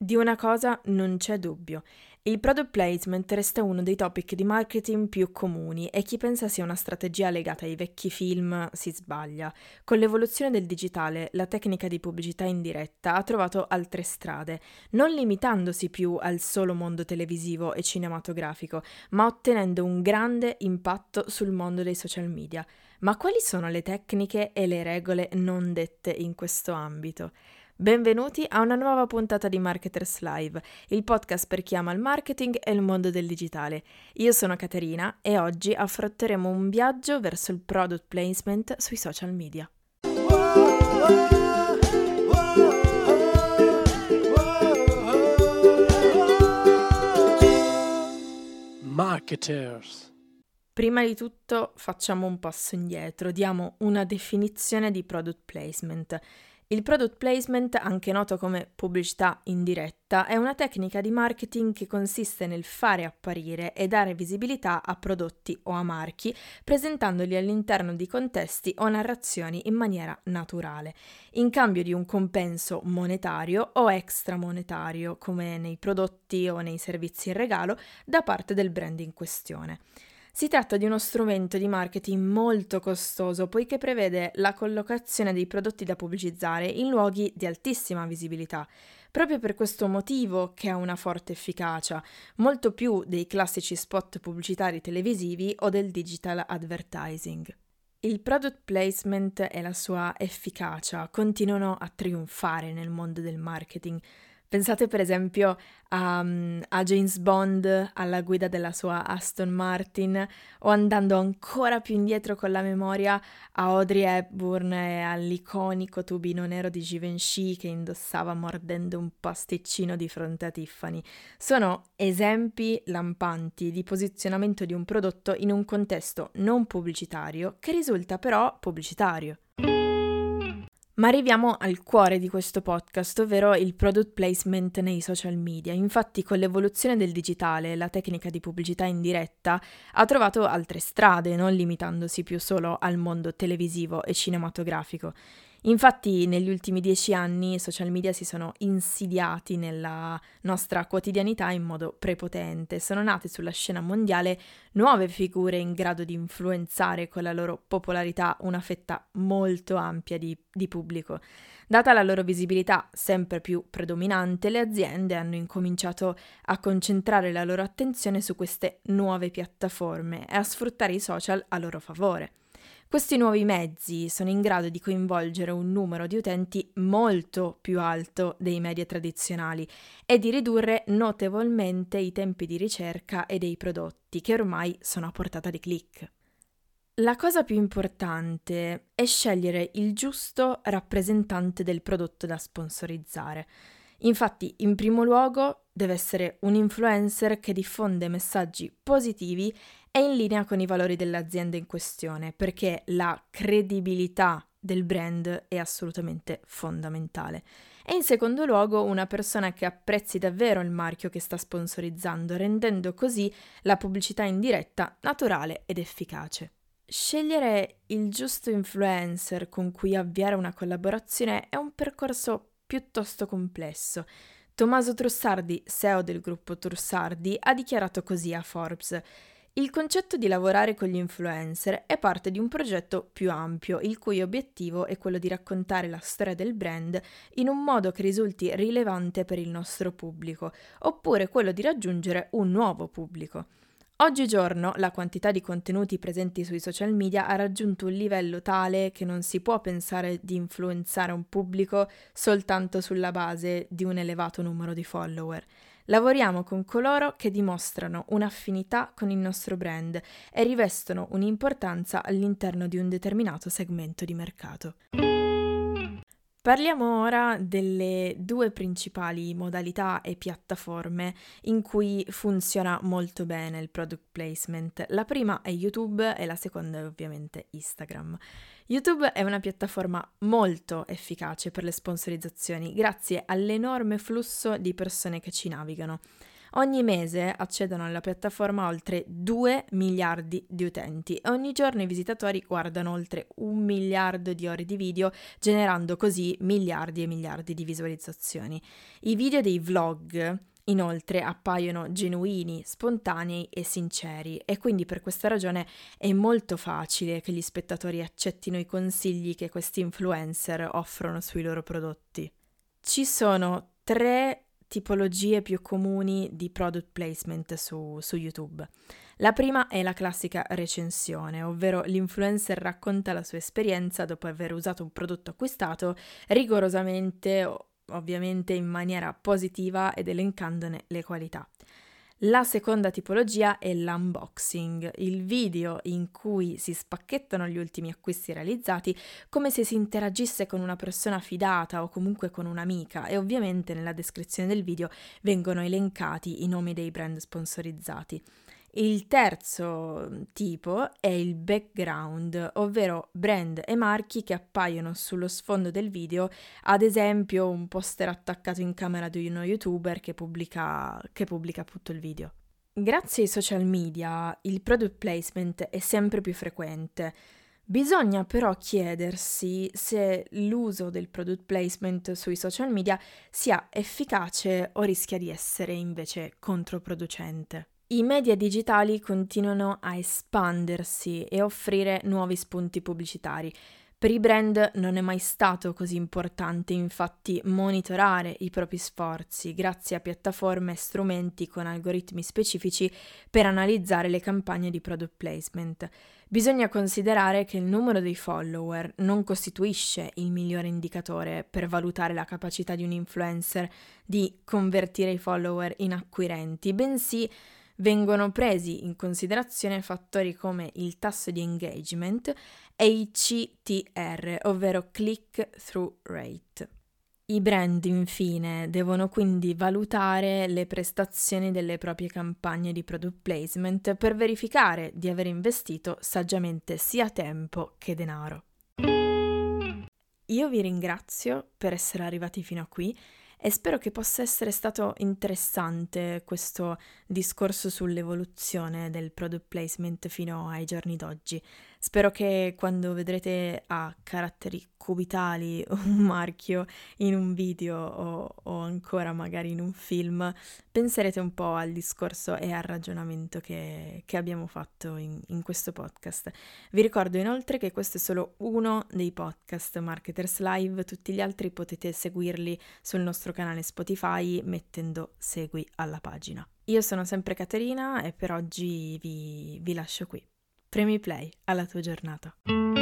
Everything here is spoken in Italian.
Di una cosa non c'è dubbio. Il product placement resta uno dei topic di marketing più comuni e chi pensa sia una strategia legata ai vecchi film si sbaglia. Con l'evoluzione del digitale, la tecnica di pubblicità indiretta ha trovato altre strade, non limitandosi più al solo mondo televisivo e cinematografico, ma ottenendo un grande impatto sul mondo dei social media. Ma quali sono le tecniche e le regole non dette in questo ambito? Benvenuti a una nuova puntata di Marketers Live, il podcast per chi ama il marketing e il mondo del digitale. Io sono Caterina e oggi affronteremo un viaggio verso il product placement sui social media. Marketers. Prima di tutto facciamo un passo indietro, diamo una definizione di product placement. Il product placement, anche noto come pubblicità indiretta, è una tecnica di marketing che consiste nel fare apparire e dare visibilità a prodotti o a marchi, presentandoli all'interno di contesti o narrazioni in maniera naturale, in cambio di un compenso monetario o extramonetario, come nei prodotti o nei servizi in regalo, da parte del brand in questione. Si tratta di uno strumento di marketing molto costoso poiché prevede la collocazione dei prodotti da pubblicizzare in luoghi di altissima visibilità, proprio per questo motivo che ha una forte efficacia, molto più dei classici spot pubblicitari televisivi o del digital advertising. Il product placement e la sua efficacia continuano a trionfare nel mondo del marketing. Pensate per esempio a James Bond alla guida della sua Aston Martin o andando ancora più indietro con la memoria a Audrey Hepburn e all'iconico tubino nero di Givenchy che indossava mordendo un pasticcino di fronte a Tiffany. Sono esempi lampanti di posizionamento di un prodotto in un contesto non pubblicitario che risulta però pubblicitario. Ma arriviamo al cuore di questo podcast, ovvero il product placement nei social media. Infatti, con l'evoluzione del digitale, la tecnica di pubblicità indiretta ha trovato altre strade, non limitandosi più solo al mondo televisivo e cinematografico. Infatti, negli ultimi 10 anni i social media si sono insidiati nella nostra quotidianità in modo prepotente. Sono nate sulla scena mondiale nuove figure in grado di influenzare con la loro popolarità una fetta molto ampia di pubblico. Data la loro visibilità sempre più predominante, le aziende hanno incominciato a concentrare la loro attenzione su queste nuove piattaforme e a sfruttare i social a loro favore. Questi nuovi mezzi sono in grado di coinvolgere un numero di utenti molto più alto dei media tradizionali e di ridurre notevolmente i tempi di ricerca e dei prodotti che ormai sono a portata di click. La cosa più importante è scegliere il giusto rappresentante del prodotto da sponsorizzare. Infatti, in primo luogo, deve essere un influencer che diffonde messaggi positivi e in linea con i valori dell'azienda in questione, perché la credibilità del brand è assolutamente fondamentale. E in secondo luogo, una persona che apprezzi davvero il marchio che sta sponsorizzando, rendendo così la pubblicità indiretta naturale ed efficace. Scegliere il giusto influencer con cui avviare una collaborazione è un percorso piuttosto complesso. Tommaso Trussardi, CEO del gruppo Trussardi, ha dichiarato così a Forbes: il concetto di lavorare con gli influencer è parte di un progetto più ampio, il cui obiettivo è quello di raccontare la storia del brand in un modo che risulti rilevante per il nostro pubblico, oppure quello di raggiungere un nuovo pubblico. Oggigiorno la quantità di contenuti presenti sui social media ha raggiunto un livello tale che non si può pensare di influenzare un pubblico soltanto sulla base di un elevato numero di follower. Lavoriamo con coloro che dimostrano un'affinità con il nostro brand e rivestono un'importanza all'interno di un determinato segmento di mercato. Parliamo ora delle due principali modalità e piattaforme in cui funziona molto bene il product placement. La prima è YouTube e la seconda è ovviamente Instagram. YouTube è una piattaforma molto efficace per le sponsorizzazioni grazie all'enorme flusso di persone che ci navigano. Ogni mese accedono alla piattaforma oltre 2 miliardi di utenti e ogni giorno i visitatori guardano oltre 1 miliardo di ore di video, generando così miliardi e miliardi di visualizzazioni. I video dei vlog inoltre appaiono genuini, spontanei e sinceri e quindi per questa ragione è molto facile che gli spettatori accettino i consigli che questi influencer offrono sui loro prodotti. Ci sono 3 tipologie più comuni di product placement su YouTube. La prima è la classica recensione, ovvero l'influencer racconta la sua esperienza dopo aver usato un prodotto acquistato rigorosamente, ovviamente in maniera positiva ed elencandone le qualità. La seconda tipologia è l'unboxing, il video in cui si spacchettano gli ultimi acquisti realizzati come se si interagisse con una persona fidata o comunque con un'amica e ovviamente nella descrizione del video vengono elencati i nomi dei brand sponsorizzati. Il terzo tipo è il background, ovvero brand e marchi che appaiono sullo sfondo del video, ad esempio un poster attaccato in camera di uno youtuber che pubblica appunto il video. Grazie ai social media il product placement è sempre più frequente. Bisogna però chiedersi se l'uso del product placement sui social media sia efficace o rischia di essere invece controproducente. I media digitali continuano a espandersi e offrire nuovi spunti pubblicitari. Per i brand non è mai stato così importante, infatti, monitorare i propri sforzi grazie a piattaforme e strumenti con algoritmi specifici per analizzare le campagne di product placement. Bisogna considerare che il numero dei follower non costituisce il migliore indicatore per valutare la capacità di un influencer di convertire i follower in acquirenti, bensì vengono presi in considerazione fattori come il tasso di engagement e i CTR, ovvero click-through rate. I brand, infine, devono quindi valutare le prestazioni delle proprie campagne di product placement per verificare di aver investito saggiamente sia tempo che denaro. Io vi ringrazio per essere arrivati fino a qui e spero che possa essere stato interessante questo discorso sull'evoluzione del product placement fino ai giorni d'oggi. Spero che quando vedrete a caratteri cubitali un marchio in un video o ancora magari in un film, penserete un po' al discorso e al ragionamento che abbiamo fatto in questo podcast. Vi ricordo inoltre che questo è solo uno dei podcast Marketers Live, tutti gli altri potete seguirli sul nostro canale Spotify mettendo segui alla pagina. Io sono sempre Caterina e per oggi vi lascio qui. Premi play alla tua giornata.